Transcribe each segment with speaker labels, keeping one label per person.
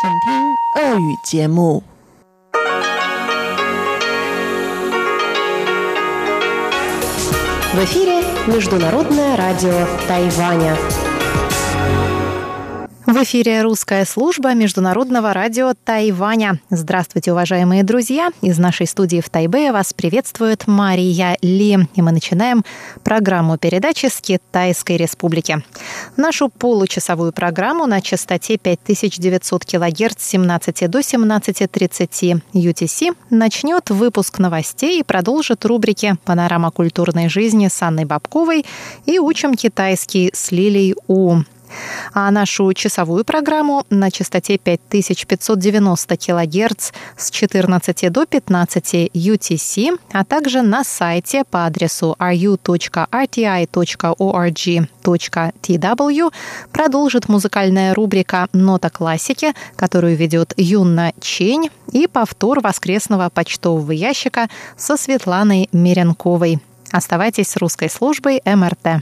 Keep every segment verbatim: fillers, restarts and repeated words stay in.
Speaker 1: 请听俄语节目。
Speaker 2: В эфире Международное радио Тайваня. В эфире русская служба Международного радио Тайваня. Здравствуйте, уважаемые друзья! Из нашей студии в Тайбэе вас приветствует Мария Ли. И мы начинаем программу передачи с Китайской Республики. Нашу получасовую программу на частоте пять тысяч девятьсот килогерц с семнадцати до семнадцати тридцати ю ти си начнет выпуск новостей и продолжит рубрики «Панорама культурной жизни» с Анной Бабковой и «Учим китайский» с Лилией У. А нашу часовую программу на частоте пять тысяч пятьсот девяносто килогерц с четырнадцати до пятнадцати ю ти си, а также на сайте по адресу ар ю точка ар ти ай точка орг точка ти дабл ю продолжит музыкальная рубрика «Нота классики», которую ведет Юнна Чень, и повтор воскресного почтового ящика со Светланой Меренковой. Оставайтесь с русской службой эм эр тэ.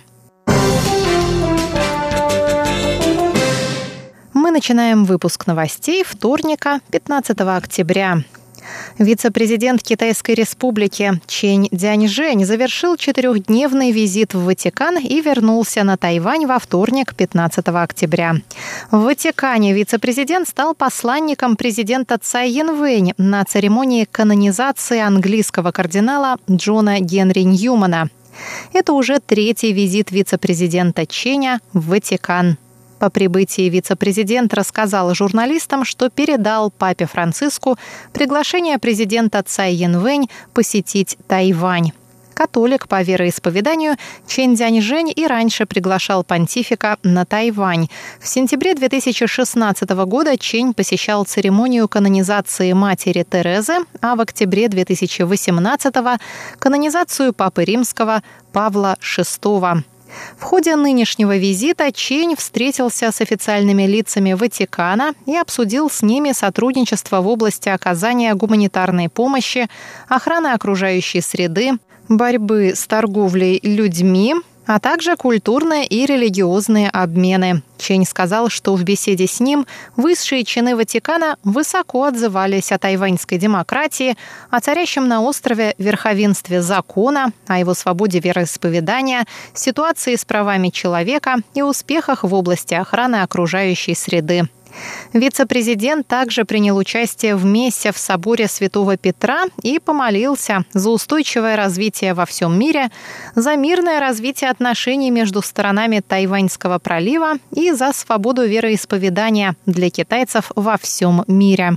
Speaker 2: Мы начинаем выпуск новостей вторника, пятнадцатого октября. Вице-президент Китайской Республики Чэнь Дяньжэнь завершил четырехдневный визит в Ватикан и вернулся на Тайвань во вторник, пятнадцатого октября. В Ватикане вице-президент стал посланником президента Цай Янвэнь на церемонии канонизации английского кардинала Джона Генри Ньюмана. Это уже третий визит вице-президента Чэня в Ватикан. По прибытии вице-президент рассказал журналистам, что передал папе Франциску приглашение президента Цай Янвэнь посетить Тайвань. Католик по вероисповеданию, Чэнь Дяньжэнь и раньше приглашал понтифика на Тайвань. В сентябре две тысячи шестнадцатого года Чэнь посещал церемонию канонизации матери Терезы, а в октябре две тысячи восемнадцатого – канонизацию папы римского Павла шестого. В ходе нынешнего визита Чэнь встретился с официальными лицами Ватикана и обсудил с ними сотрудничество в области оказания гуманитарной помощи, охраны окружающей среды, борьбы с торговлей людьми, а также культурные и религиозные обмены. Чэнь сказал, что в беседе с ним высшие чины Ватикана высоко отзывались о тайваньской демократии, о царящем на острове верховенстве закона, о его свободе вероисповедания, ситуации с правами человека и успехах в области охраны окружающей среды. Вице-президент также принял участие в мессе в соборе Святого Петра и помолился за устойчивое развитие во всем мире, за мирное развитие отношений между сторонами Тайваньского пролива и за свободу вероисповедания для китайцев во всем мире.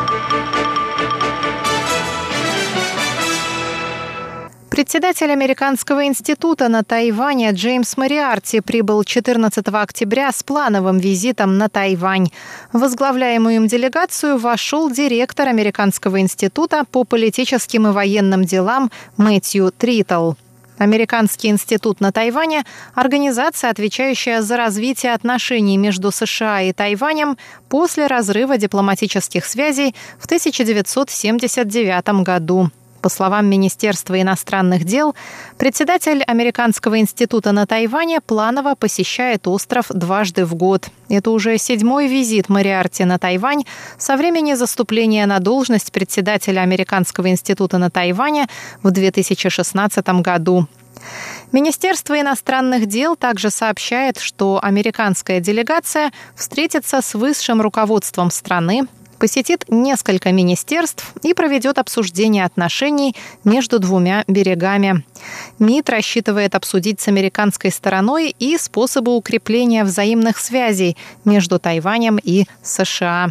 Speaker 2: Председатель Американского института на Тайване Джеймс Мориарти прибыл четырнадцатого октября с плановым визитом на Тайвань. В возглавляемую им делегацию вошел директор Американского института по политическим и военным делам Мэтью Тритл. Американский институт на Тайване – организация, отвечающая за развитие отношений между США и Тайванем после разрыва дипломатических связей в тысяча девятьсот семьдесят девятом году. По словам Министерства иностранных дел, председатель Американского института на Тайване планово посещает остров дважды в год. Это уже седьмой визит Мориарти на Тайвань со времени заступления на должность председателя Американского института на Тайване в две тысячи шестнадцатом году. Министерство иностранных дел также сообщает, что американская делегация встретится с высшим руководством страны, посетит несколько министерств и проведет обсуждение отношений между двумя берегами. МИД рассчитывает обсудить с американской стороной и способы укрепления взаимных связей между Тайванем и США.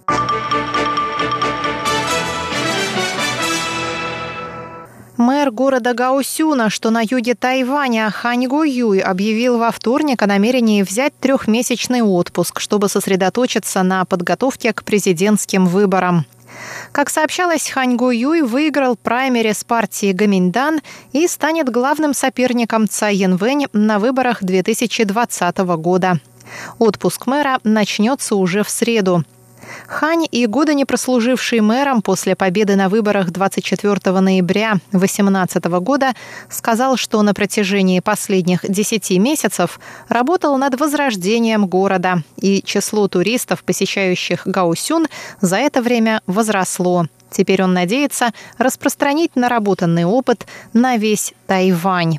Speaker 2: Мэр города Гаосюна, что на юге Тайваня, Хань Го-юй, объявил во вторник о намерении взять трехмесячный отпуск, чтобы сосредоточиться на подготовке к президентским выборам. Как сообщалось, Хань Го-юй выиграл праймерис партии Гоминьдан и станет главным соперником Цай Янвэнь на выборах две тысячи двадцатого года. Отпуск мэра начнется уже в среду. Хань, и года не прослуживший мэром после победы на выборах двадцать четвёртого ноября две тысячи восемнадцатого года, сказал, что на протяжении последних десяти месяцев работал над возрождением города, и число туристов, посещающих Гаосюн, за это время возросло. Теперь он надеется распространить наработанный опыт на весь Тайвань.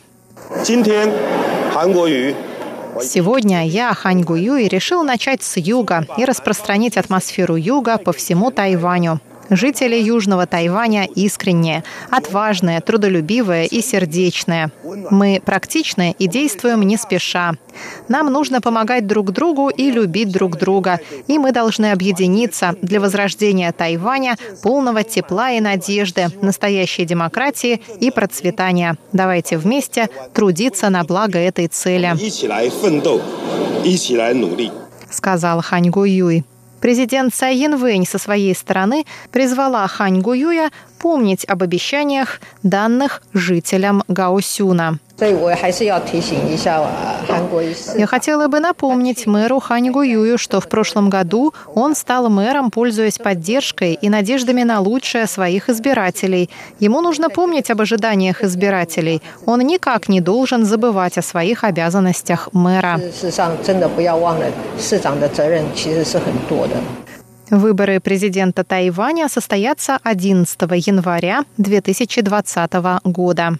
Speaker 2: Сегодня я, Хань Гуюй, решил начать с юга и распространить атмосферу юга по всему Тайваню. Жители Южного Тайваня искренние, отважные, трудолюбивые и сердечные. Мы практичны и действуем не спеша. Нам нужно помогать друг другу и любить друг друга. И мы должны объединиться для возрождения Тайваня, полного тепла и надежды, настоящей демократии и процветания. Давайте вместе трудиться на благо этой цели, сказал Хань Гуюй. Президент Цай Янвэнь со своей стороны призвала Хань Гуюя помнить об обещаниях, данных жителям Гаосюна. Я хотела бы напомнить мэру Хань Гуюю, что в прошлом году он стал мэром, пользуясь поддержкой и надеждами на лучшее своих избирателей. Ему нужно помнить об ожиданиях избирателей. Он никак не должен забывать о своих обязанностях мэра. Выборы президента Тайваня состоятся одиннадцатого января две тысячи двадцатого года.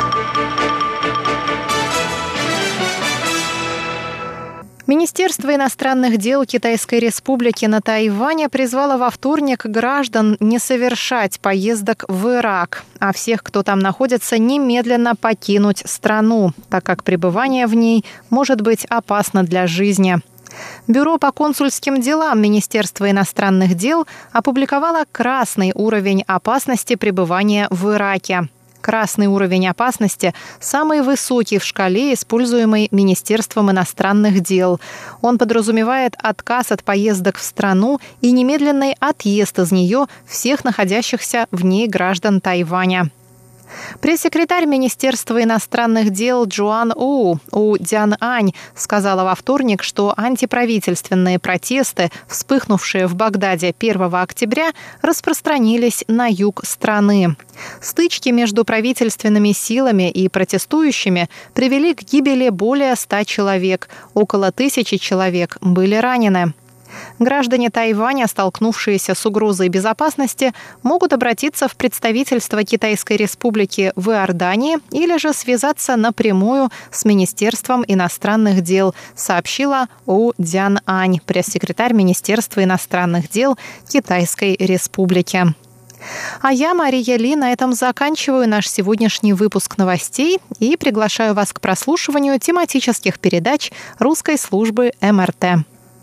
Speaker 2: Министерство иностранных дел Китайской Республики на Тайване призвало во вторник граждан не совершать поездок в Ирак, а всех, кто там находится, немедленно покинуть страну, так как пребывание в ней может быть опасно для жизни. Бюро по консульским делам Министерства иностранных дел опубликовало красный уровень опасности пребывания в Ираке. Красный уровень опасности самый высокий в шкале, используемой Министерством иностранных дел. Он подразумевает отказ от поездок в страну и немедленный отъезд из нее всех находящихся в ней граждан Тайваня. Пресс-секретарь Министерства иностранных дел Джоан У, У Дзянань, сказала во вторник, что антиправительственные протесты, вспыхнувшие в Багдаде первого октября, распространились на юг страны. Стычки между правительственными силами и протестующими привели к гибели более ста человек, около тысячи человек были ранены. Граждане Тайваня, столкнувшиеся с угрозой безопасности, могут обратиться в представительство Китайской Республики в Иордании или же связаться напрямую с Министерством иностранных дел, сообщила У Дзянань, пресс-секретарь Министерства иностранных дел Китайской Республики. А я, Мария Ли, на этом заканчиваю наш сегодняшний выпуск новостей и приглашаю вас к прослушиванию тематических передач русской службы эм эр тэ.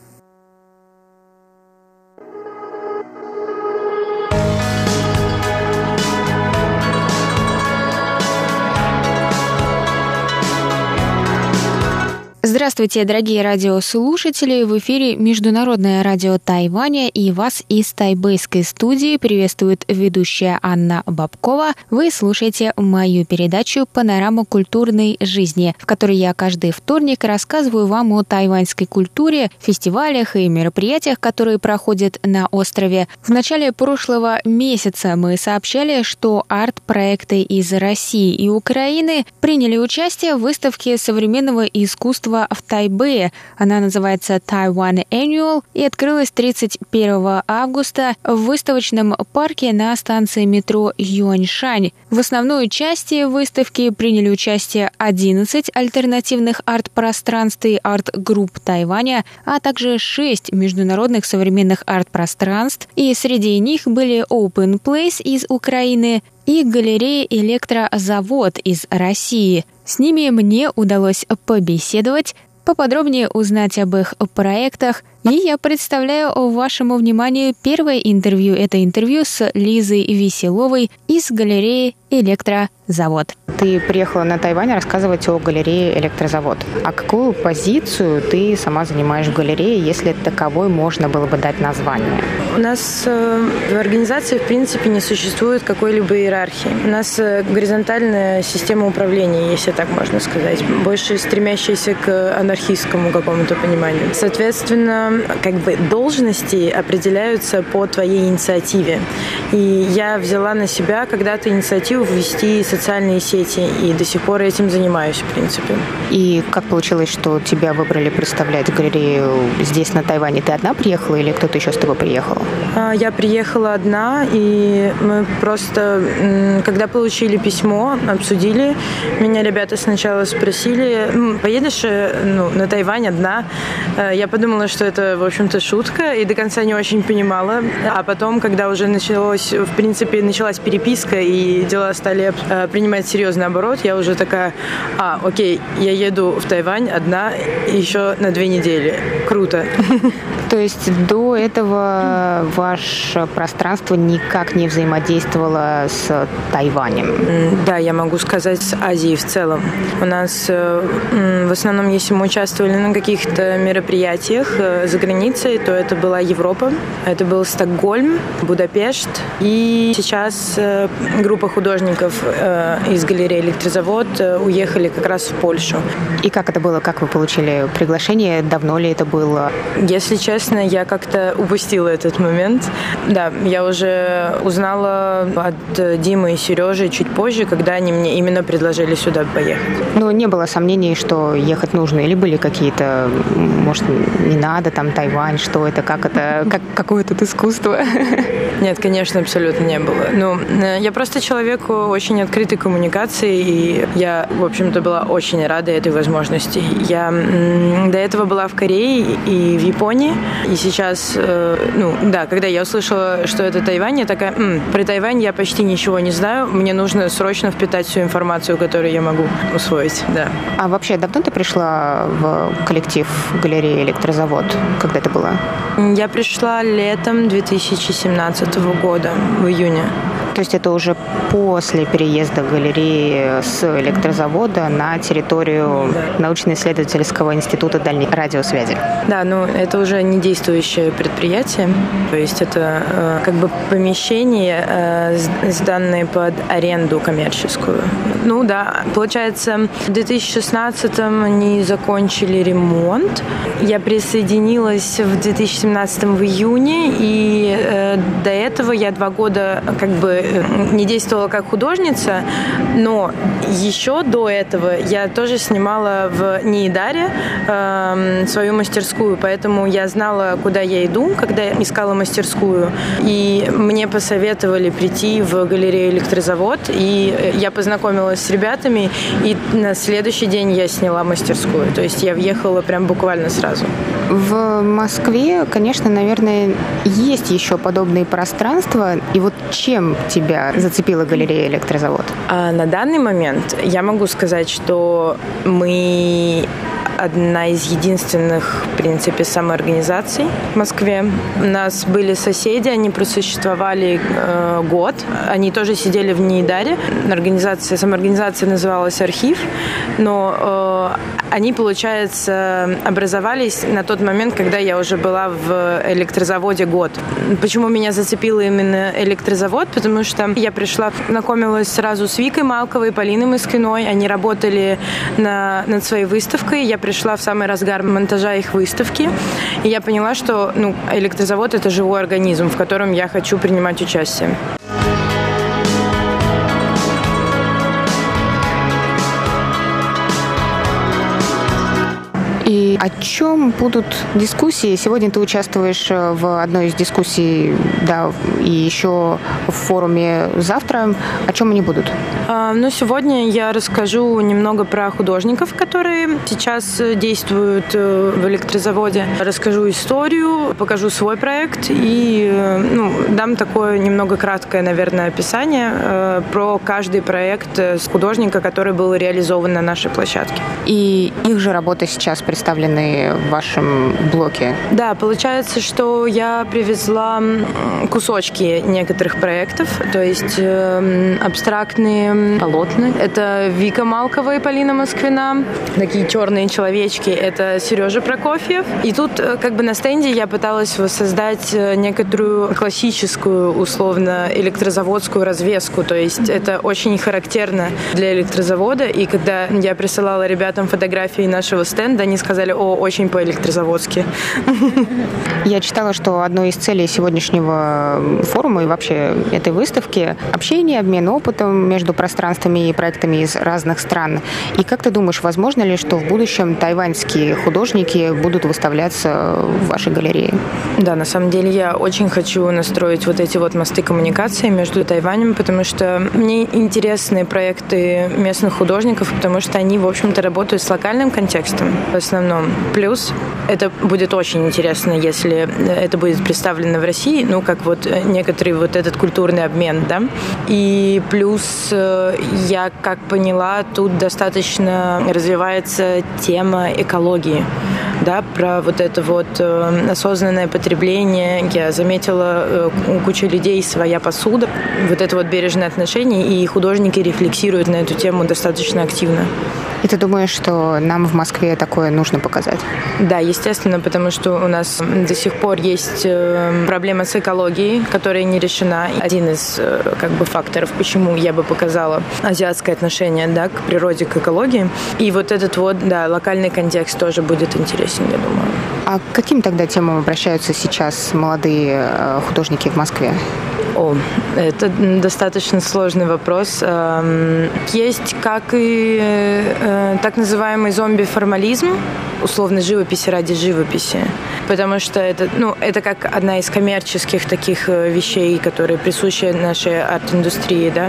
Speaker 3: Здравствуйте, дорогие радиослушатели! В эфире Международное радио Тайваня, и вас из тайбэйской студии приветствует ведущая Анна Бабкова. Вы слушаете мою передачу «Панорама культурной жизни», в которой я каждый вторник рассказываю вам о тайваньской культуре, фестивалях и мероприятиях, которые проходят на острове. В начале прошлого месяца мы сообщали, что арт-проекты из России и Украины приняли участие в выставке современного искусства в Тайбэе. Она называется Taiwan Annual и открылась тридцать первого августа в выставочном парке на станции метро Юаньшань. В основной части выставки приняли участие одиннадцать альтернативных арт-пространств и арт-групп Тайваня, а также шесть международных современных арт-пространств, и среди них были Open Place из Украины и галерея «Электрозавод» из России. С ними мне удалось побеседовать, поподробнее узнать об их проектах, и я представляю вашему вниманию первое интервью. Это интервью с Лизой Веселовой из галереи «Электрозавод». Ты приехала на Тайвань рассказывать о галерее «Электрозавод». А какую позицию ты сама занимаешь в галерее, если таковой можно было бы дать название?
Speaker 4: У нас э, в организации, в принципе, не существует какой-либо иерархии. У нас э, горизонтальная система управления, если так можно сказать, больше стремящаяся к анархистскому какому-то пониманию. Соответственно, как бы должности определяются по твоей инициативе. И я взяла на себя когда-то инициативу ввести социальные сети, и до сих пор этим занимаюсь, в принципе.
Speaker 2: И как получилось, что тебя выбрали представлять галерею здесь, на Тайване? Ты одна приехала или кто-то еще с тобой приехал?
Speaker 4: Я приехала одна, и мы просто, когда получили письмо, обсудили. Меня ребята сначала спросили: поедешь ну, на Тайвань одна? Я подумала, что это, в общем-то, шутка, и до конца не очень понимала. А потом, когда уже началось, в принципе, началась переписка, и дела стали принимать серьезный оборот, я уже такая: а, окей, я еду в Тайвань одна еще на две недели. Круто.
Speaker 2: То есть до этого ваше пространство никак не взаимодействовало с Тайванем?
Speaker 4: Да, я могу сказать, с Азией в целом. У нас в основном, если мы участвовали на каких-то мероприятиях за границей, то это была Европа, это был Стокгольм, Будапешт. И сейчас группа художников из галереи «Электрозавод» уехали как раз в Польшу.
Speaker 2: И как это было? Как вы получили приглашение? Давно ли это было?
Speaker 4: Если честно, я как-то упустила этот момент. Да, я уже узнала от Димы и Сережи чуть позже, когда они мне именно предложили сюда поехать.
Speaker 2: Но не было сомнений, что ехать нужно? Или были какие-то, может, не надо, там, Тайвань, что это, как это, как, какое тут искусство?
Speaker 4: Нет, конечно, абсолютно не было. Ну, я просто человек очень открытой коммуникации, и я, в общем-то, была очень рада этой возможности. Я до этого была в Корее и в Японии, и сейчас, ну, да, когда я услышала, что это Тайвань, я такая: М, про Тайвань я почти ничего не знаю, мне нужно срочно впитать всю информацию, которую я могу усвоить, да.
Speaker 2: А вообще, давно ты пришла в коллектив галереи «Электрозавод»? Когда это было?
Speaker 4: Я пришла летом две тысячи семнадцатого года, в июне.
Speaker 2: То есть это уже после переезда галереи с электрозавода на территорию научно-исследовательского института дальней радиосвязи?
Speaker 4: Да, ну это уже не действующее предприятие. То есть это э, как бы помещение, э, сданное под аренду коммерческую. Ну да, получается, в две тысячи шестнадцатом они закончили ремонт. Я присоединилась в две тысячи семнадцатом в июне, и э, до этого я два года как бы не действовала как художница, но еще до этого я тоже снимала в Ниидаре э, свою мастерскую, поэтому я знала, куда я иду, когда искала мастерскую, и мне посоветовали прийти в галерею «Электрозавод», и я познакомилась с ребятами, и на следующий день я сняла мастерскую, то есть я въехала прям буквально сразу.
Speaker 2: В Москве, конечно, наверное, есть еще подобные пространства, и вот чем тебя зацепила галерея «Электрозавод»?
Speaker 4: А на данный момент я могу сказать, что мы одна из единственных, в принципе, самоорганизаций в Москве. У нас были соседи, они просуществовали э, год. Они тоже сидели в Ниидаре. Организация, самоорганизация называлась «Архив», но э, они, получается, образовались на тот момент, когда я уже была в «Электрозаводе» год. Почему меня зацепило именно «Электрозавод»? Потому что я пришла, знакомилась сразу с Викой Малковой, Полиной Москвиной. Они работали на, над своей выставкой. Я пришла в самый разгар монтажа их выставки, и я поняла, что ну, «Электрозавод» — это живой организм, в котором я хочу принимать участие.
Speaker 2: И о чем будут дискуссии? Сегодня ты участвуешь в одной из дискуссий, да, и еще в форуме завтра. О чем они будут?
Speaker 4: А, ну, сегодня я расскажу немного про художников, которые сейчас действуют в «Электрозаводе». Расскажу историю, покажу свой проект и ну, дам такое немного краткое, наверное, описание э, про каждый проект с художника, который был реализован на нашей площадке.
Speaker 2: И их же работы сейчас представлены в вашем блоке?
Speaker 4: Да, получается, что я привезла кусочки некоторых проектов, то есть э, абстрактные полотна. Это Вика Малкова и Полина Москвина. Такие черные человечки. Это Сережа Прокофьев. И тут как бы на стенде я пыталась воссоздать некоторую классическую, условно, электрозаводскую развеску. То есть это очень характерно для электрозавода. И когда я присылала ребятам фотографии нашего стенда, они сказали: деле очень по-электрозаводски.
Speaker 3: Я читала, что одной из целей сегодняшнего форума и вообще этой выставки – общение, обмен опытом между пространствами и проектами из разных стран. И как ты думаешь, возможно ли, что в будущем тайваньские художники будут выставляться в вашей галерее?
Speaker 4: Да, на самом деле я очень хочу настроить вот эти вот мосты коммуникации между Тайванем, потому что мне интересны проекты местных художников, потому что они, в общем-то, работают с локальным контекстом в основном. Плюс это будет очень интересно, если это будет представлено в России, ну, как вот некоторый вот этот культурный обмен, да. И плюс я, как поняла, тут достаточно развивается тема экологии, да, про вот это вот осознанное потребление. Я заметила, у кучи людей своя посуда, вот это вот бережное отношение, и художники рефлексируют на эту тему достаточно активно.
Speaker 3: И ты думаешь, что нам в Москве такое нужно показать?
Speaker 4: Да, естественно, потому что у нас до сих пор есть проблема с экологией, которая не решена. Один из как бы факторов, почему я бы показала азиатское отношение, да, к природе, к экологии. И вот этот вот, да, локальный контекст тоже будет интересен, я думаю.
Speaker 3: А к каким тогда темам обращаются сейчас молодые художники в Москве?
Speaker 4: О, это достаточно сложный вопрос. Есть как и так называемый зомби-формализм, условно живописи ради живописи, потому что это, ну, это как одна из коммерческих таких вещей, которые присущи нашей арт-индустрии, да.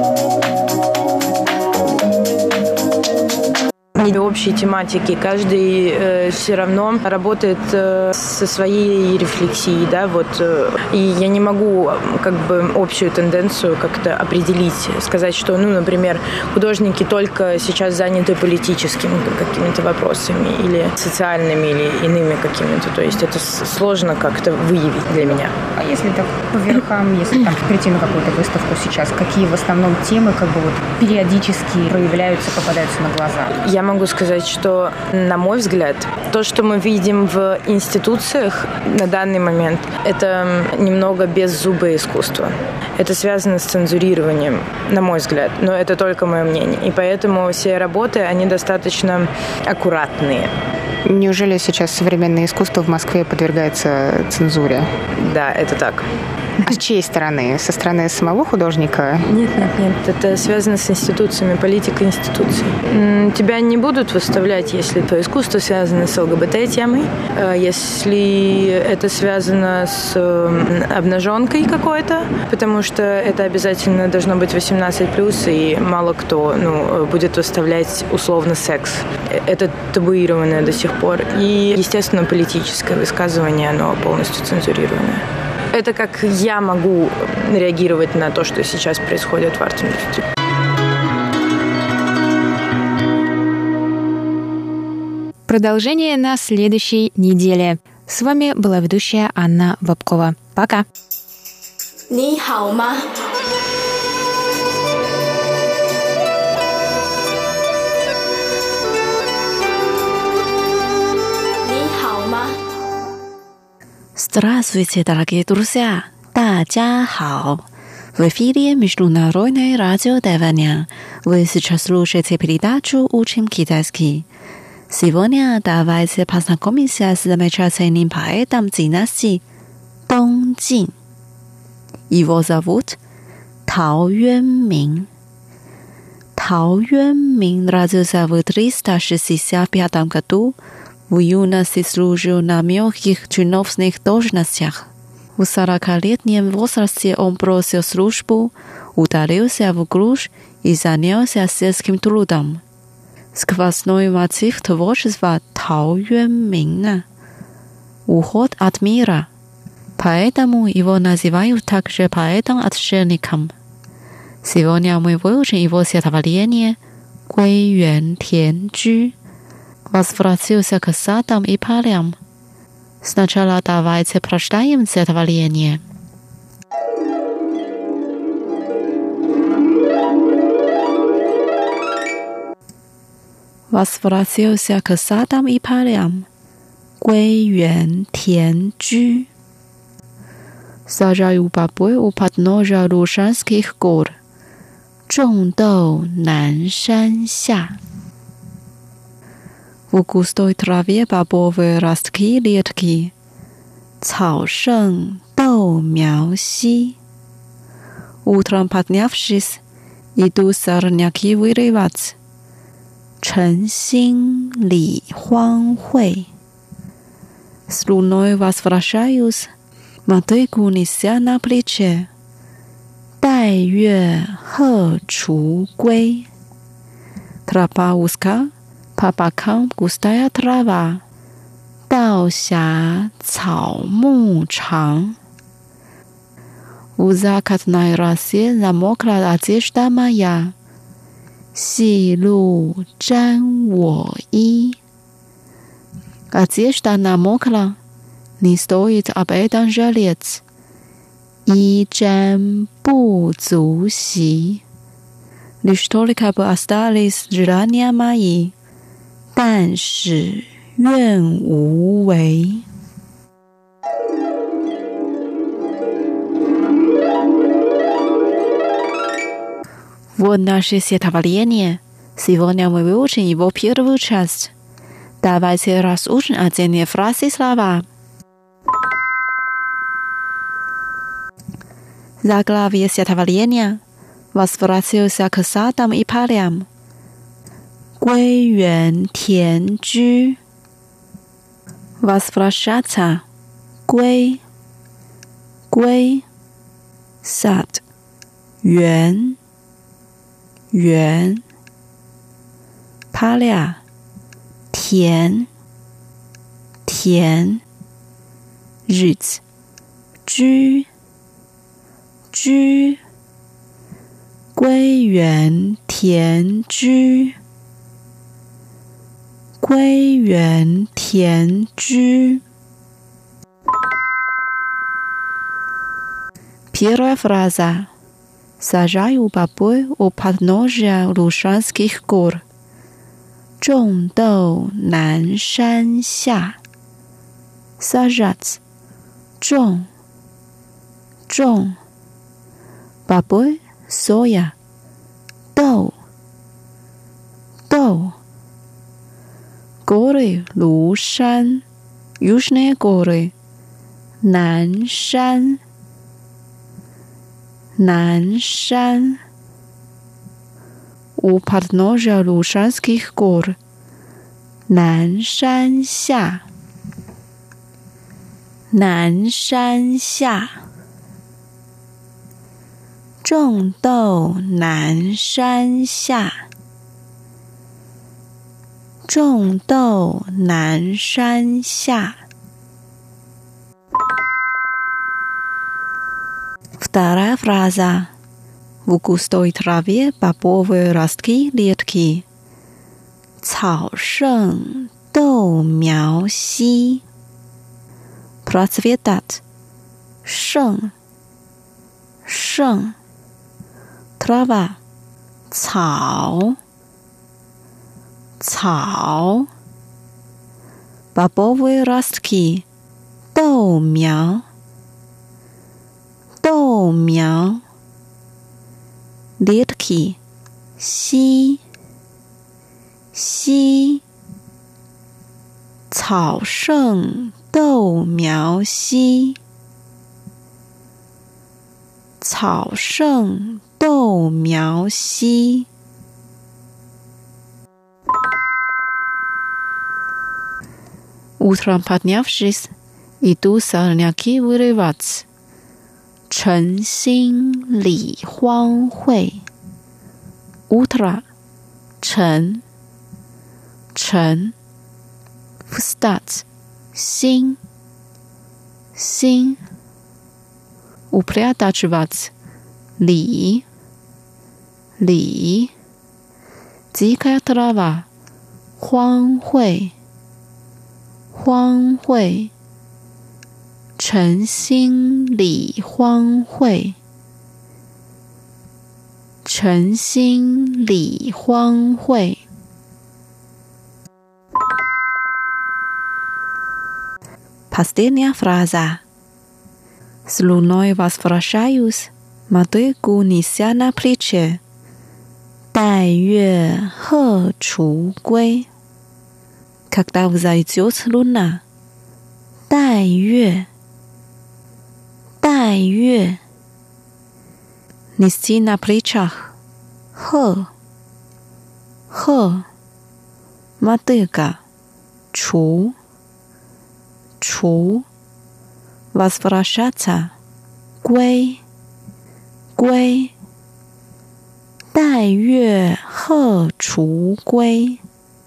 Speaker 4: Общей тематики. Каждый э, все равно работает э, со своей рефлексией, да, вот. Э, и я не могу как бы общую тенденцию как-то определить, сказать, что, ну, например, художники только сейчас заняты политическими какими-то вопросами или социальными, или иными какими-то. То есть это сложно как-то выявить для меня.
Speaker 3: А если так по верхам, если там прийти на какую-то выставку сейчас, какие в основном темы как бы вот периодически проявляются, попадаются на глаза?
Speaker 4: Я могу сказать, что, на мой взгляд, то, что мы видим в институциях на данный момент, это немного беззубое искусство. Это связано с цензурированием, на мой взгляд, но это только мое мнение. И поэтому все работы, они достаточно аккуратные.
Speaker 3: Неужели сейчас современное искусство в Москве подвергается цензуре?
Speaker 4: Да, это так.
Speaker 3: А с чьей стороны? Со стороны самого художника?
Speaker 4: Нет, нет, нет. Это связано с институциями, политикой институций. Тебя не будут выставлять, если твое искусство связано с ЛГБТ-темой, если это связано с обнаженкой какой-то, потому что это обязательно должно быть восемнадцать плюс, и мало кто, ну, будет выставлять условно секс. Это табуированное до сих пор. И, естественно, политическое высказывание, оно полностью цензурированное. Это как я могу реагировать на то, что сейчас происходит в арт-индустрии.
Speaker 3: Продолжение на следующей неделе. С вами была ведущая Анна Бабкова. Пока.
Speaker 5: 你好吗?
Speaker 1: Здравствуйте, дорогие друзья! 大家好! В эфире Международное радио Тайваня. Вы сейчас слушаете передачу «Учим китайский». Сегодня давайте познакомимся с замечательным поэтом династии Дong Jin. Его зовут Tao Yuanming. Tao Yuanming родился в триста шестьдесят пятом году. В юности служил на мелких чиновных должностях. В сорокалетнем возрасте он бросил службу, удалился в глушь и занялся сельским трудом. Сквозной мотив творчества Tao Yuanming – уход от мира. Поэтому его называют также поэтом-отшельником. Сегодня мы выучим его стихотворение «Гуй Юан Тян Чжу». Возвратился к садам и полям. Сначала давайте прочитаем стихотворение. Возвратился к садам и полям. Гуй Юан Тян Чжу. Сажаю бобы у подножия Лушанских гор. 种豆南山下. В густой траве бобовые ростки редки, 草盛豆苗稀. Утром поднявшись, иду сорняки вырывать. 晨兴理荒秽. С луной возвращаюсь, мотыгу неся на плече. 待月荷锄归. Тропа узка, по бокам густая трава. 道狭草木长. В закатной росе замокла одежда моя. 细露沾我衣. Одежда намокла, не стоит об этом жалеть. 衣沾不足惜. Лишь только бы остались желания мои, 但使愿无违. Вот наше стихотворение. Сегодня мы выучим его первую часть. Давайте разучим отдельные фразы и слова. Заглавие стихотворения. Возвратился к садам и полям. 归园田居. Возвращаться. 归. 归. Сад. 园. 园. Поля. 田. 田. 日子. 居. 居. 归园田居. 归园田居. Первая фраза. Сажаю бобы у подножия Лушанских гор. 种豆南山下. Сажать. 种. 种. Бобы, соя. 豆. 豆. Горы Лушан. Южные горы. 南山. 南山. У подножия Лушанских гор. 南山下. 南山下. 种豆南山下. 种豆南山下. Вторая фраза. В густой траве бобовые ростки редки. 草盛豆苗稀. Процветать. 盛. 盛. Трава. 草. 草. Бобовые ростки. 豆苗. 豆苗. Редки. 稀. 稀. 草盛豆苗稀. 草盛豆苗稀. Утром поднявшись, иду сорняки вырывать. 晨兴理荒秽. Утро. 晨. 晨. Встать. 兴. 兴. Упрятать. 理. 理. Дикая трава. 荒秽. 荒秽. 晨兴理荒秽. 晨兴理荒秽. Последняя фраза. С луной возвращаюсь, мотыгу неся на плече. 待月荷锄归. когда взойдет луна. 带月，带月。Нести на плечах. Хо, хо. Мотыга. Чу, чу. Возвращаться. Гуэй, гуэй. 待月荷锄归，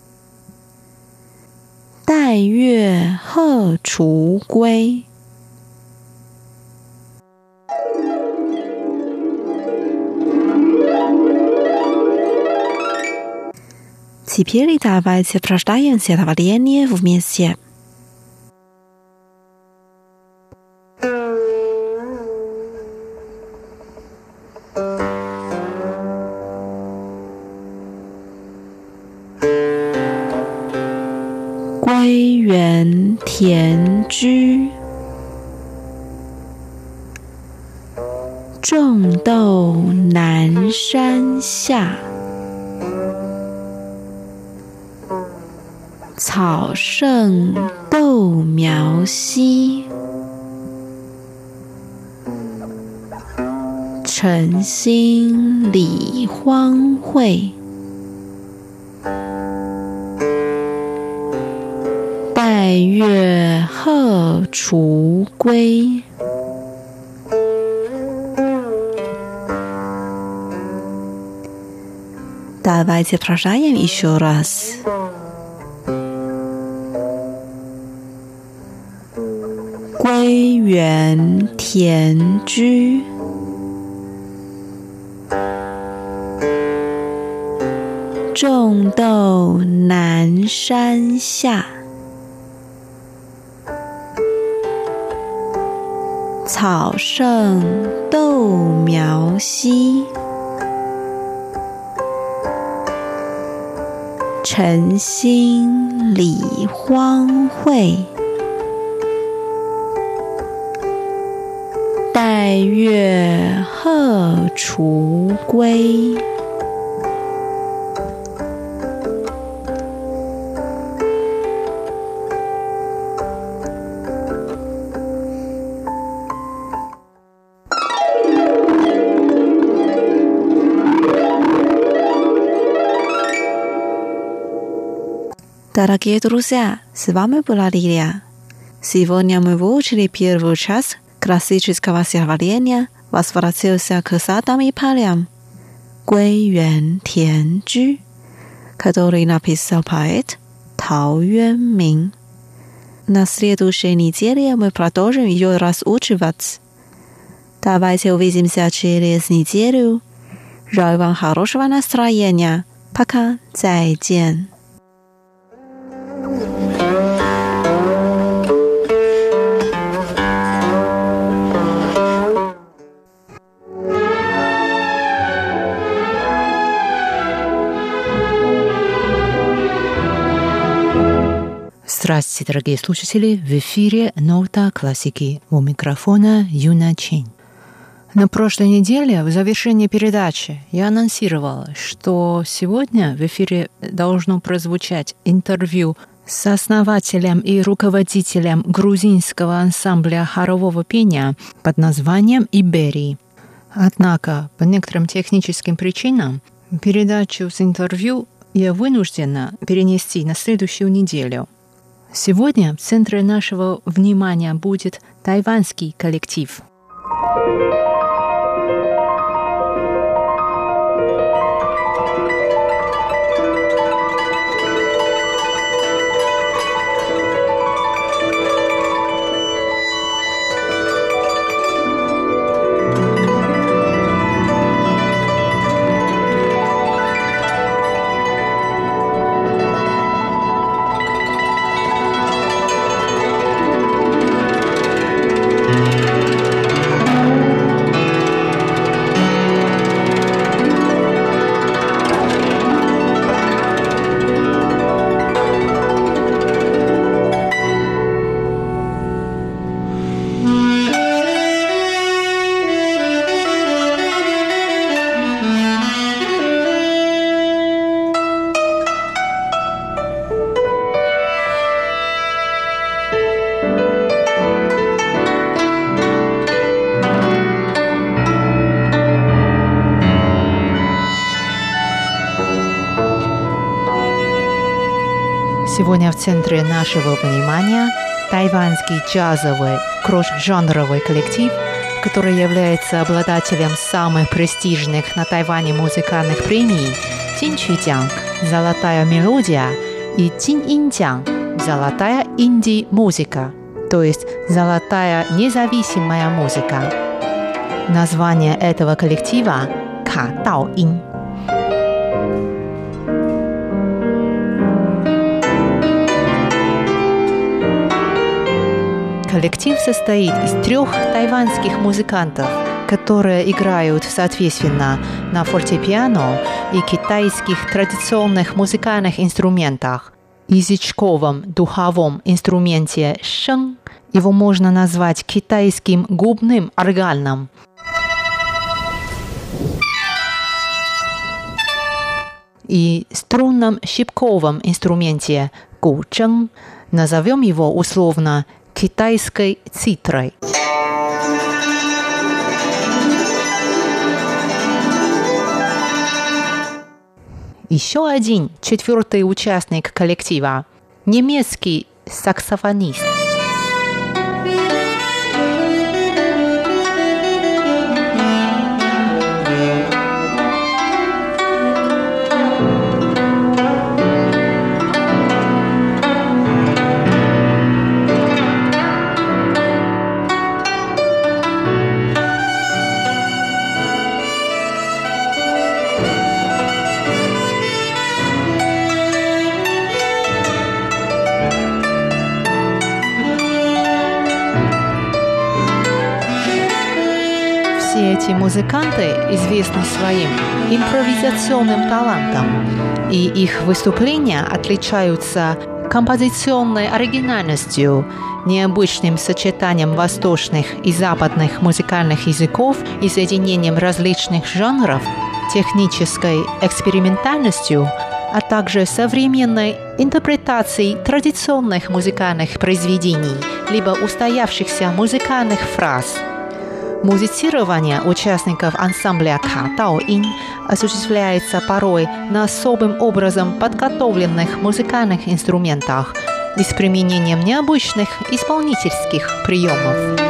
Speaker 1: 待月荷锄归。Теперь давайте прочитаем стихотворение вместе. «归园田居，种豆南山下。草盛豆苗稀，晨兴理荒秽。待月荷锄归。» Давайте прочитаем еще раз. 归园田居，种豆南山下。草盛豆苗稀，晨兴理荒秽。待月荷锄归。Дорогие друзья, с вами была Лилия. Сегодня мы выучили первую часть классического стихотворения «Возвратился к садам и полям» 归园田居, который написал поэт Тао Юэнмин. На следующей неделе мы продолжим ее разучивать. Давайте увидимся через неделю. Желаю вам хорошего настроения. Пока, 再见.
Speaker 6: Здравствуйте, дорогие слушатели! В эфире «Нота классики». У микрофона Юна Чень. На прошлой неделе в завершении передачи я анонсировала, что сегодня в эфире должно прозвучать интервью с основателем и руководителем грузинского ансамбля хорового пения под названием «Иберий». Однако, по некоторым техническим причинам, передачу с интервью я вынуждена перенести на следующую неделю. Сегодня в центре нашего внимания будет тайваньский коллектив. Сегодня в центре нашего внимания тайваньский джазовый кросс-жанровый коллектив, который является обладателем самых престижных на Тайване музыкальных премий Цинчуйцзянг «Золотая мелодия» и Циньинцзянг «Золотая инди-музыка», то есть «Золотая независимая музыка». Название этого коллектива – Ка Дао Ин. Коллектив состоит из трех тайваньских музыкантов, которые играют соответственно на фортепиано и китайских традиционных музыкальных инструментах. Язычковом духовом инструменте шэн, его можно назвать китайским губным органом, и струнном щипковом инструменте гучэн, назовем его условно китайской цитрой. Еще один четвертый участник коллектива – немецкий саксофонист. Все эти музыканты известны своим импровизационным талантом, и их выступления отличаются композиционной оригинальностью, необычным сочетанием восточных и западных музыкальных языков и соединением различных жанров, технической экспериментальностью, а также современной интерпретацией традиционных музыкальных произведений либо устоявшихся музыкальных фраз. Музицирование участников ансамбля Ка Дао Ин осуществляется порой на особым образом подготовленных музыкальных инструментах и с применением необычных исполнительских приемов.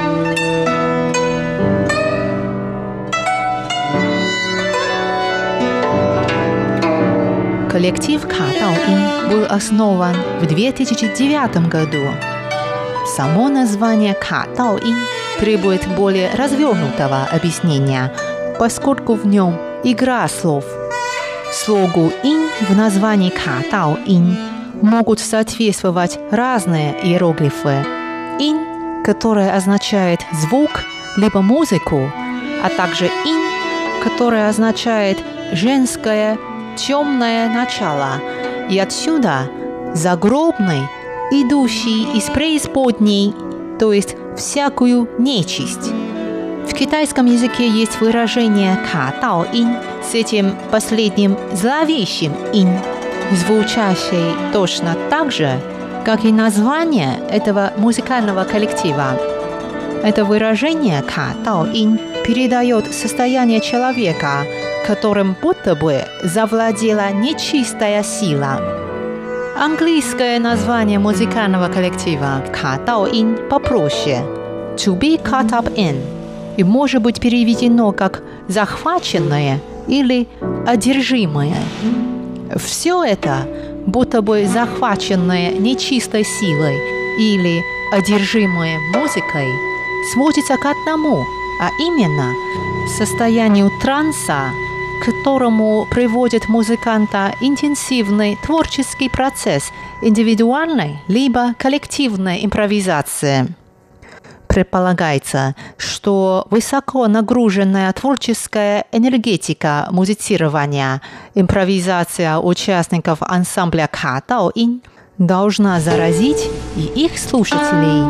Speaker 6: Коллектив Ка Дао Ин был основан в две тысячи девятом году. Само название Ка Дао Ин требует более развернутого объяснения, поскольку в нем игра слов. Слогу «ин» в названии Ка Дао Ин могут соответствовать разные иероглифы. «Ин», которое означает «звук» либо «музыку», а также «ин», которое означает «женское», «темное начало», и отсюда «загробный», идущий из преисподней, то есть всякую нечисть. В китайском языке есть выражение «ка дао ин» с этим последним зловещим «ин», звучащее точно так же, как и название этого музыкального коллектива. Это выражение «ка дао ин» передает состояние человека, которым будто бы завладела нечистая сила. Английское название музыкального коллектива Ка Дао Ин попроще – «to be caught up in» и может быть переведено как «захваченное» или «одержимое». Все это, будто бы захваченное нечистой силой или одержимое музыкой, сводится к одному, а именно состоянию транса, к которому приводит музыканта интенсивный творческий процесс индивидуальной либо коллективной импровизации. Предполагается, что высоко нагруженная творческая энергетика музицирования, импровизация участников ансамбля Ка Дао Ин должна заразить и их слушателей.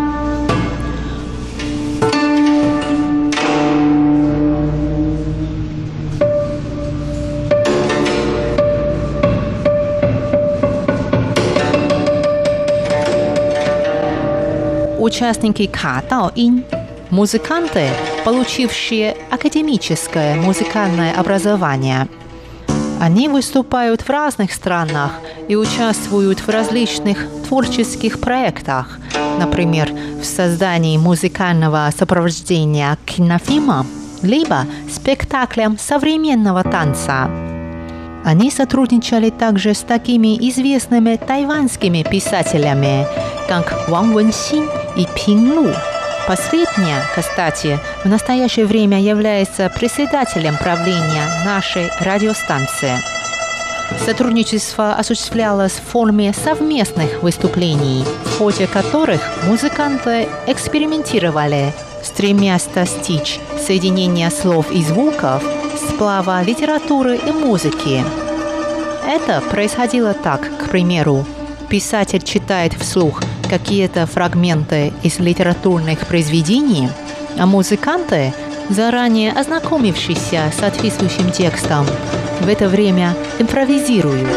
Speaker 6: Участники Ка Дао Ин – музыканты, получившие академическое музыкальное образование. Они выступают в разных странах и участвуют в различных творческих проектах, например, в создании музыкального сопровождения к кинофильмам, либо спектаклям современного танца. Они сотрудничали также с такими известными тайваньскими писателями, как Ван Вэньсин и Пин Лу. Последняя, кстати, в настоящее время является председателем правления нашей радиостанции. Сотрудничество осуществлялось в форме совместных выступлений, в ходе которых музыканты экспериментировали, стремясь достичь соединения слов и звуков, сплава литературы и музыки. Это происходило так, к примеру. Писатель читает вслух какие-то фрагменты из литературных произведений, а музыканты, заранее ознакомившиеся с соответствующим текстом, в это время импровизируют.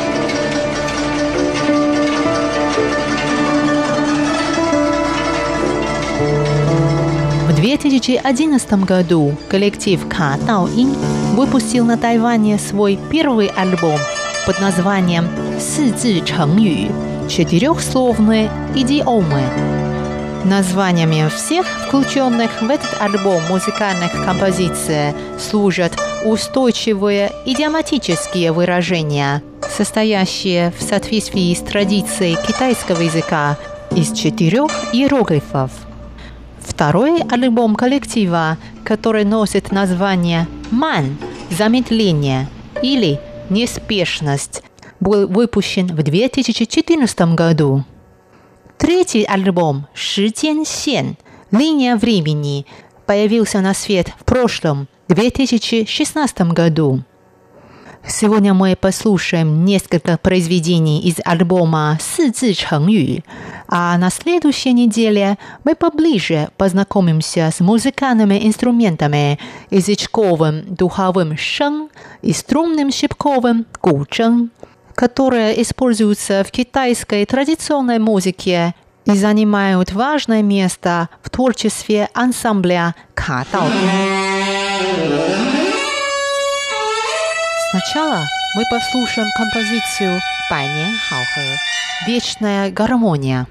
Speaker 6: В две тысячи одиннадцатом году коллектив Ка Дао Ин выпустил на Тайване свой первый альбом под названием «Си Цзи Чэнг Ю» – четырехсловные идиомы. Названиями всех включенных в этот альбом музыкальных композиций служат устойчивые идиоматические выражения, состоящие в соответствии с традицией китайского языка из четырех иероглифов. Второй альбом коллектива, который носит название «Ман» – «Замедление» или «Неспешность», был выпущен в две тысячи четырнадцатом году. Третий альбом «Ши Jian Xian» – «Линия времени» появился на свет в прошлом, две тысячи шестнадцатом году. Сегодня мы послушаем несколько произведений из альбома «Си Цзи Чэнг Ю», а на следующей неделе мы поближе познакомимся с музыкальными инструментами, язычковым духовым шэн и струнным щипковым гучэн, которые используются в китайской традиционной музыке и занимают важное место в творчестве ансамбля Ка Дао Ин. Сначала мы послушаем композицию «Бай Nian Hao He» – «Вечная гармония».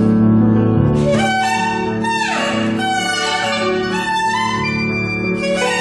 Speaker 5: Thank you.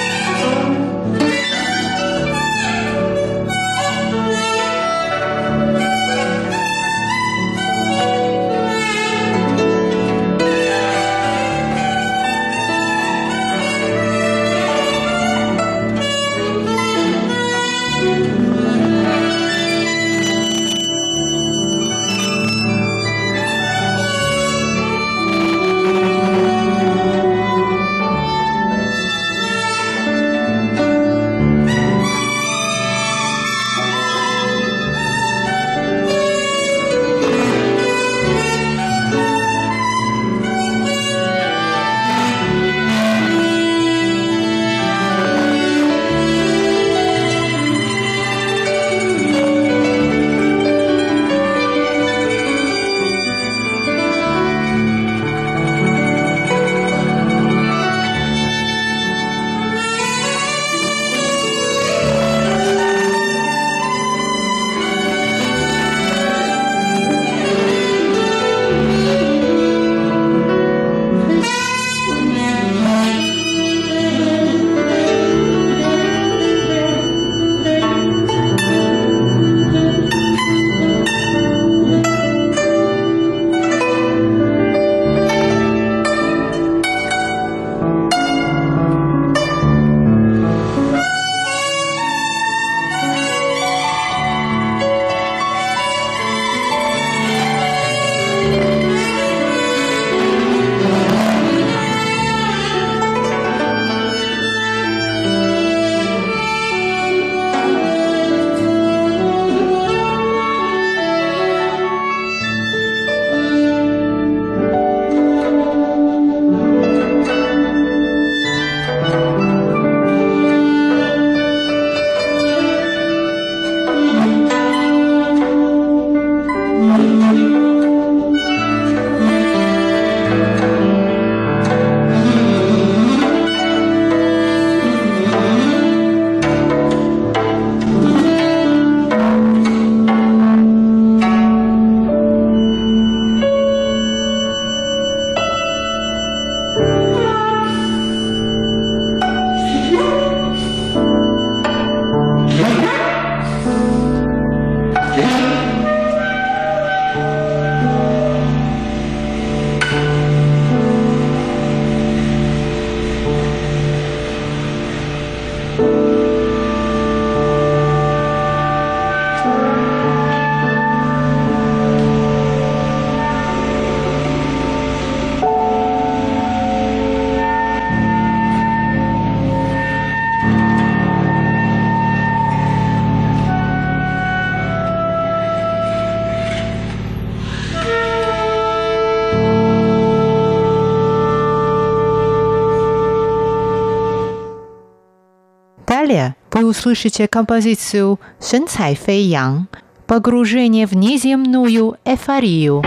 Speaker 6: вы услышите композицию «Шэн цай фэй янг» «Погружение в неземную эйфорию».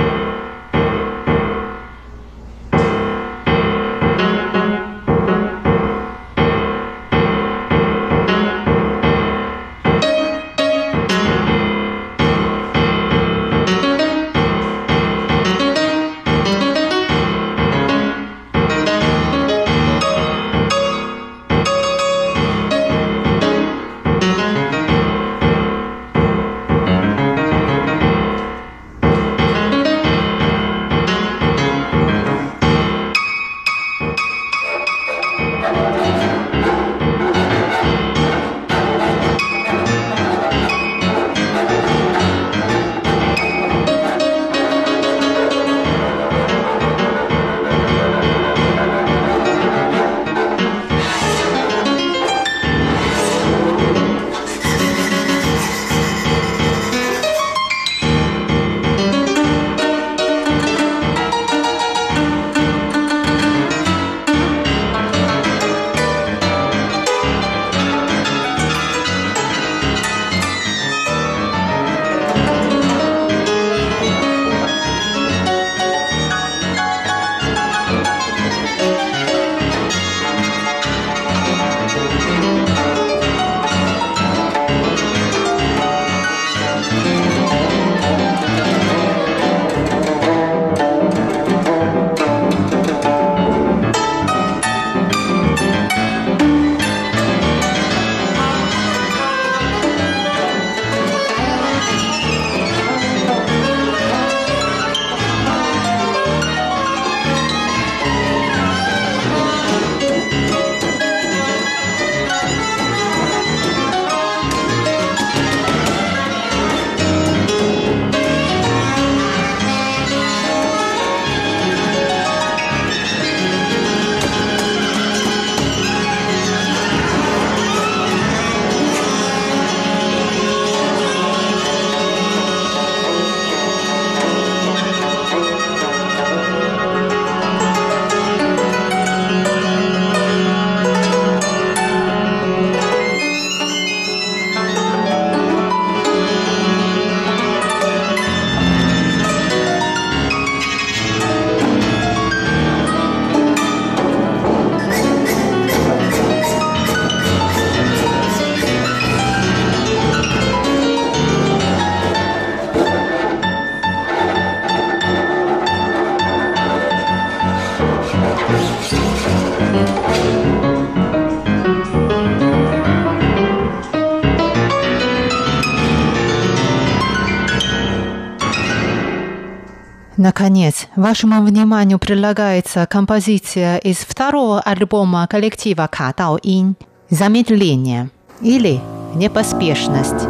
Speaker 6: Наконец, вашему вниманию предлагается композиция из второго альбома коллектива Ка Дао Ин «Замедление» или «Непоспешность».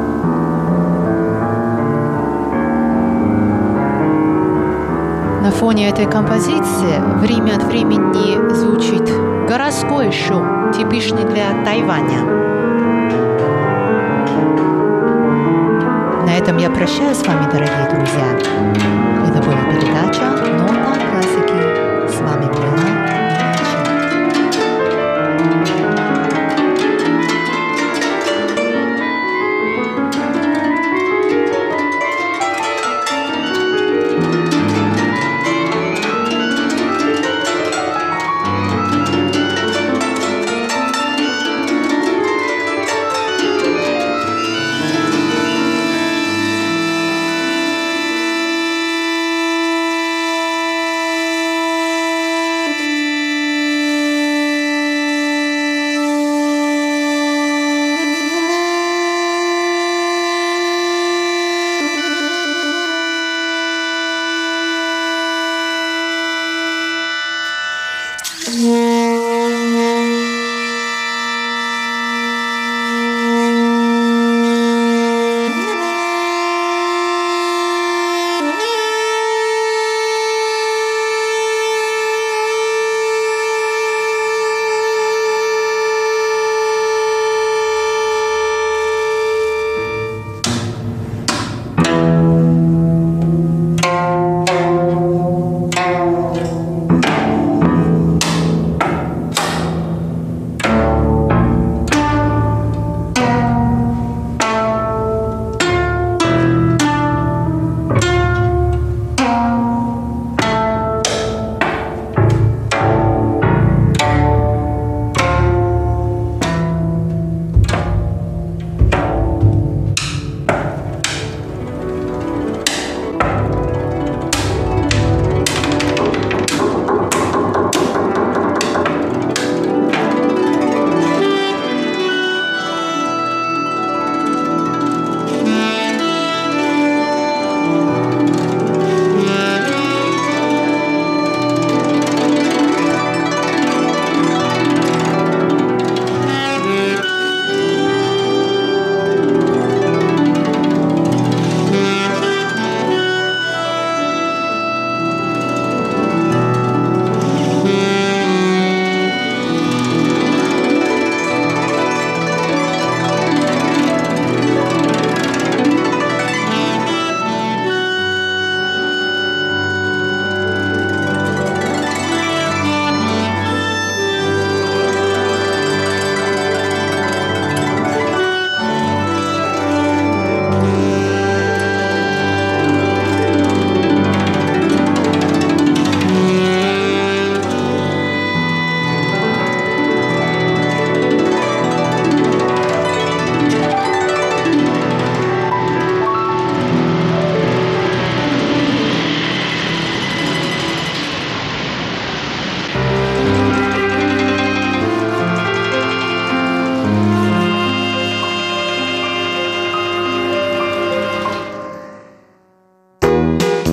Speaker 6: На фоне этой композиции время от времени звучит городской шум, типичный для Тайваня. На этом я прощаюсь с вами, дорогие друзья. Это была передача «Нота классики». С вами была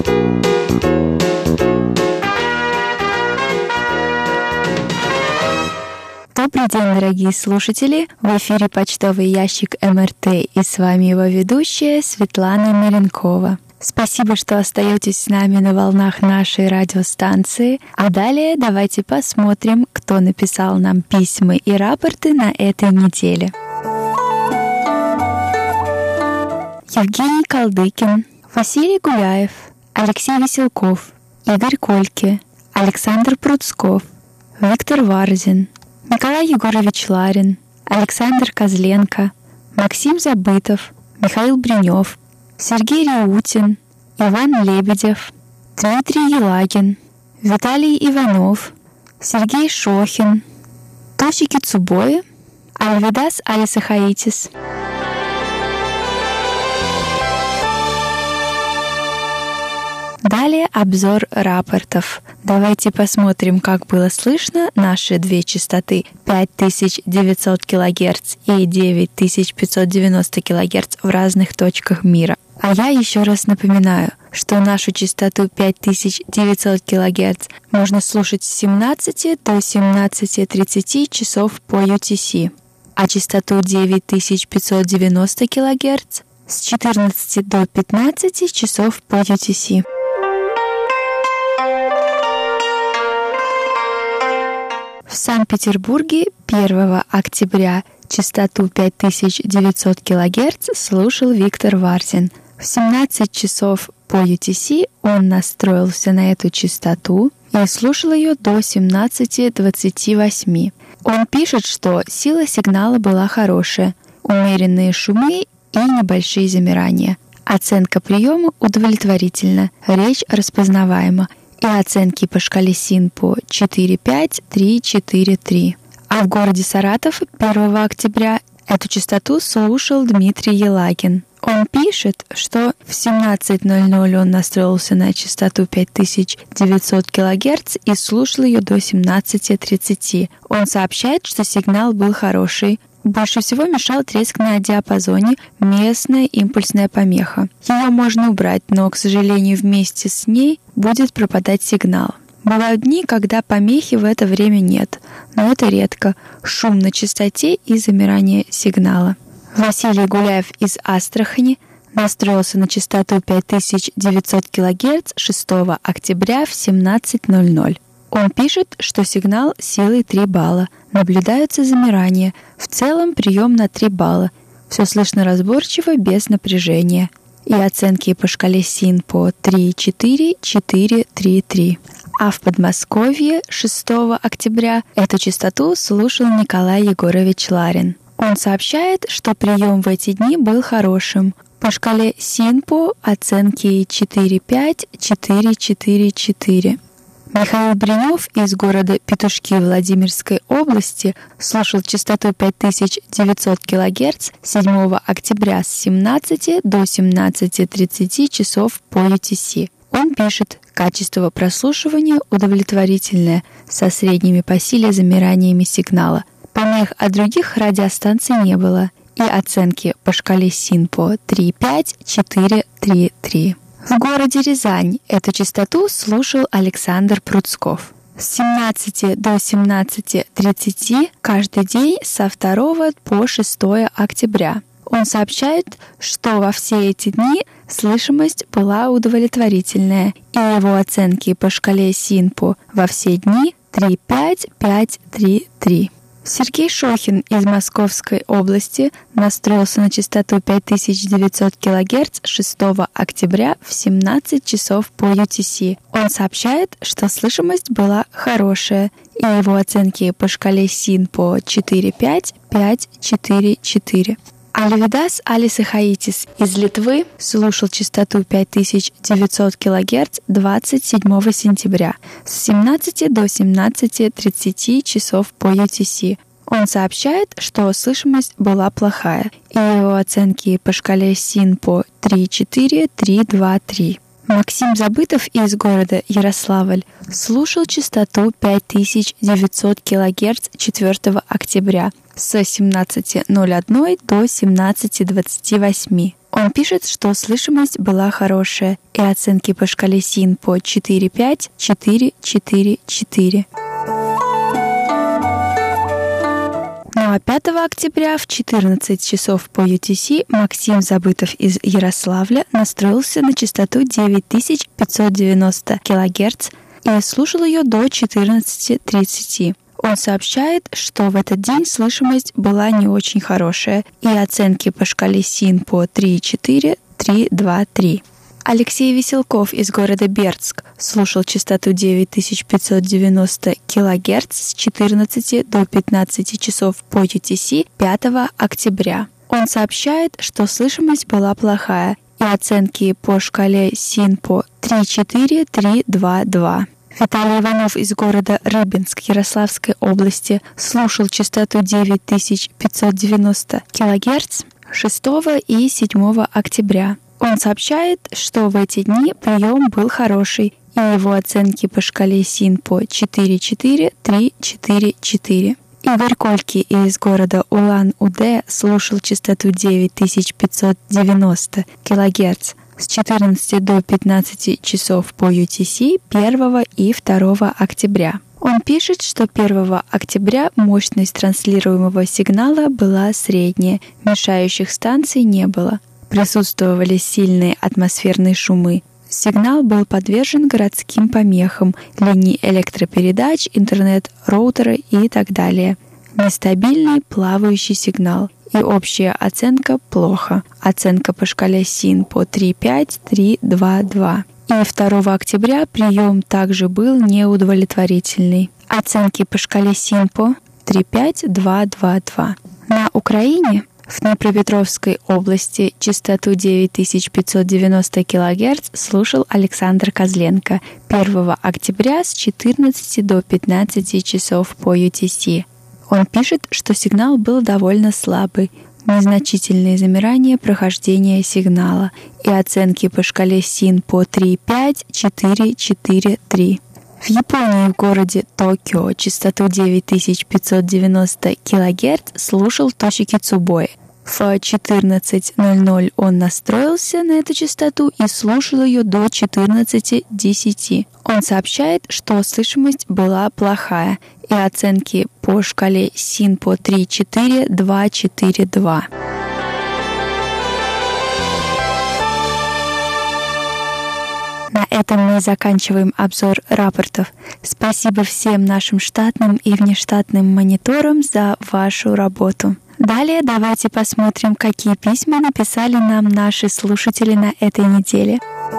Speaker 3: Добрый день, дорогие слушатели! В эфире почтовый ящик эм эр тэ, и с вами его ведущая Светлана Меренкова. Спасибо, что остаетесь с нами на волнах нашей радиостанции. А далее давайте посмотрим, кто написал нам письма и рапорты на этой неделе. Евгений Калдыкин, Василий Гуляев, Алексей Веселков, Игорь Кольке, Александр Пруцков, Виктор Варзин, Николай Егорович Ларин, Александр Козленко, Максим Забытов, Михаил Бринев, Сергей Реутин, Иван Лебедев, Дмитрий Елагин, Виталий Иванов, Сергей Шохин, Тошики Цубои, Альвидас Алисахаитис. Далее обзор рапортов. Давайте посмотрим, как было слышно наши две частоты пять тысяч девятьсот килогерц и девять тысяч пятьсот девяносто килогерц в разных точках мира. А я еще раз напоминаю, что нашу частоту пять тысяч девятьсот килогерц можно слушать с семнадцати до семнадцати тридцати часов по ю ти си, а частоту девять тысяч пятьсот девяносто килогерц с четырнадцати до пятнадцати часов по ю ти си. В Санкт-Петербурге первого октября частоту пять тысяч девятьсот килогерц слушал Виктор Варзин. В семнадцать часов по ю ти си он настроился на эту частоту и слушал ее до семнадцати двадцати восьми. Он пишет, что сила сигнала была хорошая, умеренные шумы и небольшие замирания. Оценка приема удовлетворительна, речь распознаваема, и оценки по шкале СИНПО четыре пять три четыре три. А в городе Саратов первого октября эту частоту слушал Дмитрий Елагин. Он пишет, что в семнадцать ноль ноль он настроился на частоту пять тысяч девятьсот килогерц и слушал ее до семнадцати тридцати. Он сообщает, что сигнал был хороший. Больше всего мешал треск на диапазоне, местная импульсная помеха. Ее можно убрать, но, к сожалению, вместе с ней будет пропадать сигнал. Бывают дни, когда помехи в это время нет, но это редко. Шум на частоте и замирание сигнала. Василий Гуляев из Астрахани настроился на частоту пять тысяч девятьсот килогерц шестого октября в семнадцать ноль ноль. Он пишет, что сигнал силой три балла. Наблюдаются замирания. В целом прием на три балла. Все слышно разборчиво, без напряжения. И оценки по шкале СИНПО три четыре четыре три три. А в Подмосковье шестого октября эту частоту слушал Николай Егорович Ларин. Он сообщает, что прием в эти дни был хорошим. По шкале СИНПО оценки четыре пять четыре четыре четыре. Михаил Бринев из города Петушки Владимирской области слушал частоту пять тысяч девятьсот килогерц седьмого октября с семнадцати до семнадцати тридцати часов по ю ти си. Он пишет, качество прослушивания удовлетворительное, со средними по силе замираниями сигнала. Помех от других радиостанций не было. И оценки по шкале СИНПО три пять четыре три три. В городе Рязань эту частоту слушал Александр Пруцков. С семнадцати до семнадцати тридцати каждый день со второго по шестого октября. Он сообщает, что во все эти дни слышимость была удовлетворительная, и его оценки по шкале СИНПО во все дни три пять пять три три. Сергей Шохин из Московской области настроился на частоту пять тысяч девятьсот килогерц шестого октября в семнадцать часов по ю ти си. Он сообщает, что слышимость была хорошая, и его оценки по шкале СИНПО четыре пять пять четыре четыре. Альвидас Алисахаитис из Литвы слушал частоту пять тысяч девятьсот килогерц двадцать седьмого сентября с семнадцати до семнадцати тридцати часов по ю ти си. Он сообщает, что слышимость была плохая, и его оценки по шкале СИНПО три четыре три два три. Максим Забытов из города Ярославль слушал частоту пять тысяч девятьсот килогерц четвёртого октября с семнадцати ноль одной до семнадцати двадцати восьми. Он
Speaker 7: Он пишет, что слышимость была хорошая, и оценки по шкале СИНПО четыре пять, четыре четыре четыре. Ну а пятого октября в четырнадцать часов по ю ти си Максим Забытов из Ярославля настроился на частоту девять тысяч пятьсот девяносто килогерц и слушал ее до четырнадцати тридцати. Он сообщает, что в этот день слышимость была не очень хорошая, и оценки по шкале СИНПО три четыре, три два три. Алексей Веселков из города Бердск слушал частоту девять тысяч пятьсот девяносто килогерц с четырнадцати до пятнадцати часов по ю ти си пятого октября. Он сообщает, что слышимость была плохая, и оценки по шкале СИНПО три четыре, три два два. Виталий Иванов из города Рыбинск Ярославской области слушал частоту девять тысяч пятьсот девяносто килогерц шестого и седьмого октября. Он сообщает, что в эти дни прием был хороший, и его оценки по шкале СИНПО четыре четыре, три четыре четыре. Игорь Кольки из города Улан-Удэ слушал частоту девять тысяч пятьсот девяносто килогерц с четырнадцати до пятнадцати часов по ю ти си первого и второго октября. Он пишет, что первого октября мощность транслируемого сигнала была средняя, мешающих станций не было. Присутствовали сильные атмосферные шумы. Сигнал был подвержен городским помехам, линии электропередач, интернет-роутера и так далее. Нестабильный плавающий сигнал. И общая оценка плохо. Оценка по шкале СИНПО три пять, три два два. И второго октября прием также был неудовлетворительный. Оценки по шкале СИНПО три пять, два два два. На Украине в Днепропетровской области частоту девять тысяч пятьсот девяносто килогерц слушал Александр Козленко первого октября с четырнадцати до пятнадцати часов по ю ти си. Он пишет, что сигнал был довольно слабый, незначительные замирания прохождения сигнала и оценки по шкале СИНПО три пять, четыре четыре три. В Японии в городе Токио частоту девять тысяч пятьсот девяносто килогерц слушал Тошики Цубой. В четырнадцать ноль ноль он настроился на эту частоту и слушал ее до четырнадцати десяти. Он сообщает, что слышимость была плохая, и оценки по шкале СИНПО три четыре, два четыре два. На этом мы заканчиваем обзор рапортов. Спасибо всем нашим штатным и внештатным мониторам за вашу работу. Далее давайте посмотрим, какие письма написали нам наши слушатели на этой неделе.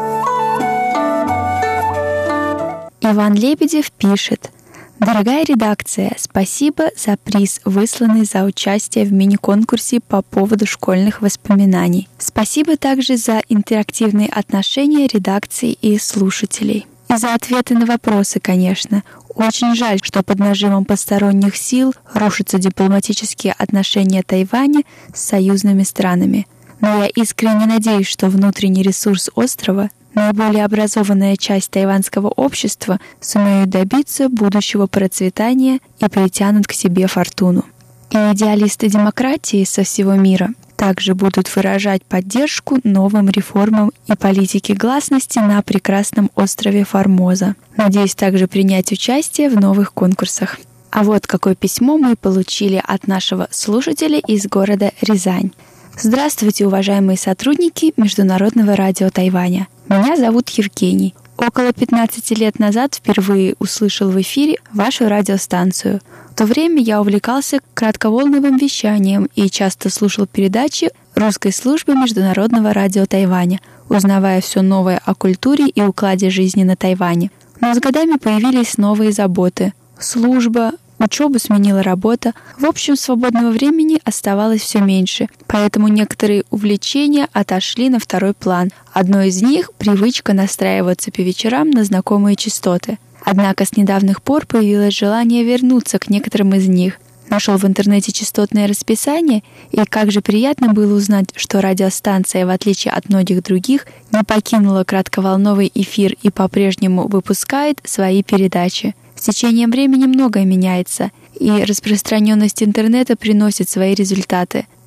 Speaker 7: Иван Лебедев пишет: «Дорогая редакция, спасибо за приз, высланный за участие в мини-конкурсе по поводу школьных воспоминаний. Спасибо также за интерактивные отношения редакции и слушателей. И за ответы на вопросы, конечно. Очень жаль, что под нажимом посторонних сил рушатся дипломатические отношения Тайваня с союзными странами. Но я искренне надеюсь, что внутренний ресурс острова, наиболее образованная часть тайванского общества, сумеют добиться будущего процветания и притянут к себе фортуну. И идеалисты демократии со всего мира также будут выражать поддержку новым реформам и политике гласности на прекрасном острове Формоза. Надеюсь также принять участие в новых конкурсах». А вот какое письмо мы получили от нашего слушателя из города Рязань. Здравствуйте, уважаемые сотрудники Международного радио Тайваня. Меня зовут Евгений. Около пятнадцати лет назад впервые услышал в эфире вашу радиостанцию. В то время я увлекался кратковолновым вещанием и часто слушал передачи русской службы Международного радио Тайваня, узнавая все новое о культуре и укладе жизни на Тайване. Но с годами появились новые заботы. Служба, учебу сменила работа. В общем, свободного времени оставалось все меньше, поэтому некоторые увлечения отошли на второй план. Одно из них — привычка настраиваться по вечерам на знакомые частоты. Однако с недавних пор появилось желание вернуться к некоторым из них. Нашел в интернете частотное расписание, и как же приятно было узнать, что радиостанция, в отличие от многих других, не покинула кратковолновый эфир и по-прежнему выпускает свои передачи. С течением времени многое меняется, и распространенность интернета приносит свои результаты.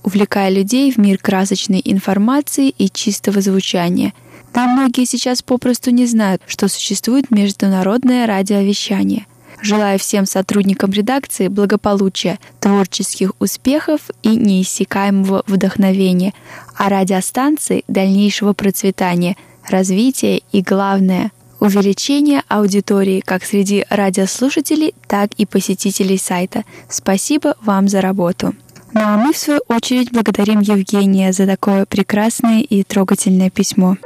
Speaker 7: увлекая людей в мир красочной информации и чистого звучания. Да многие сейчас попросту не знают, что существует международное радиовещание. Желаю всем сотрудникам редакции благополучия, творческих успехов и неиссякаемого вдохновения, а радиостанции — дальнейшего процветания, развития и, главное, увеличения аудитории как среди радиослушателей, так и посетителей сайта. Спасибо вам за работу. Ну а мы, в свою очередь, благодарим Евгения за такое прекрасное и трогательное письмо.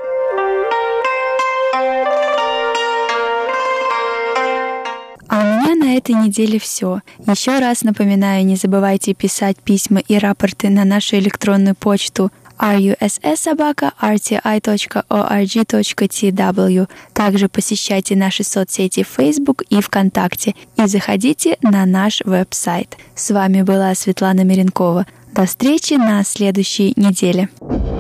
Speaker 7: А у меня на этой неделе все. Еще раз напоминаю, не забывайте писать письма и рапорты на нашу электронную почту ар ю эс эс собака ар ти ай точка орг точка ти дабл ю. Также посещайте наши соцсети Facebook и ВКонтакте и заходите на наш веб-сайт. С вами была Светлана Миренкова. До встречи на следующей неделе.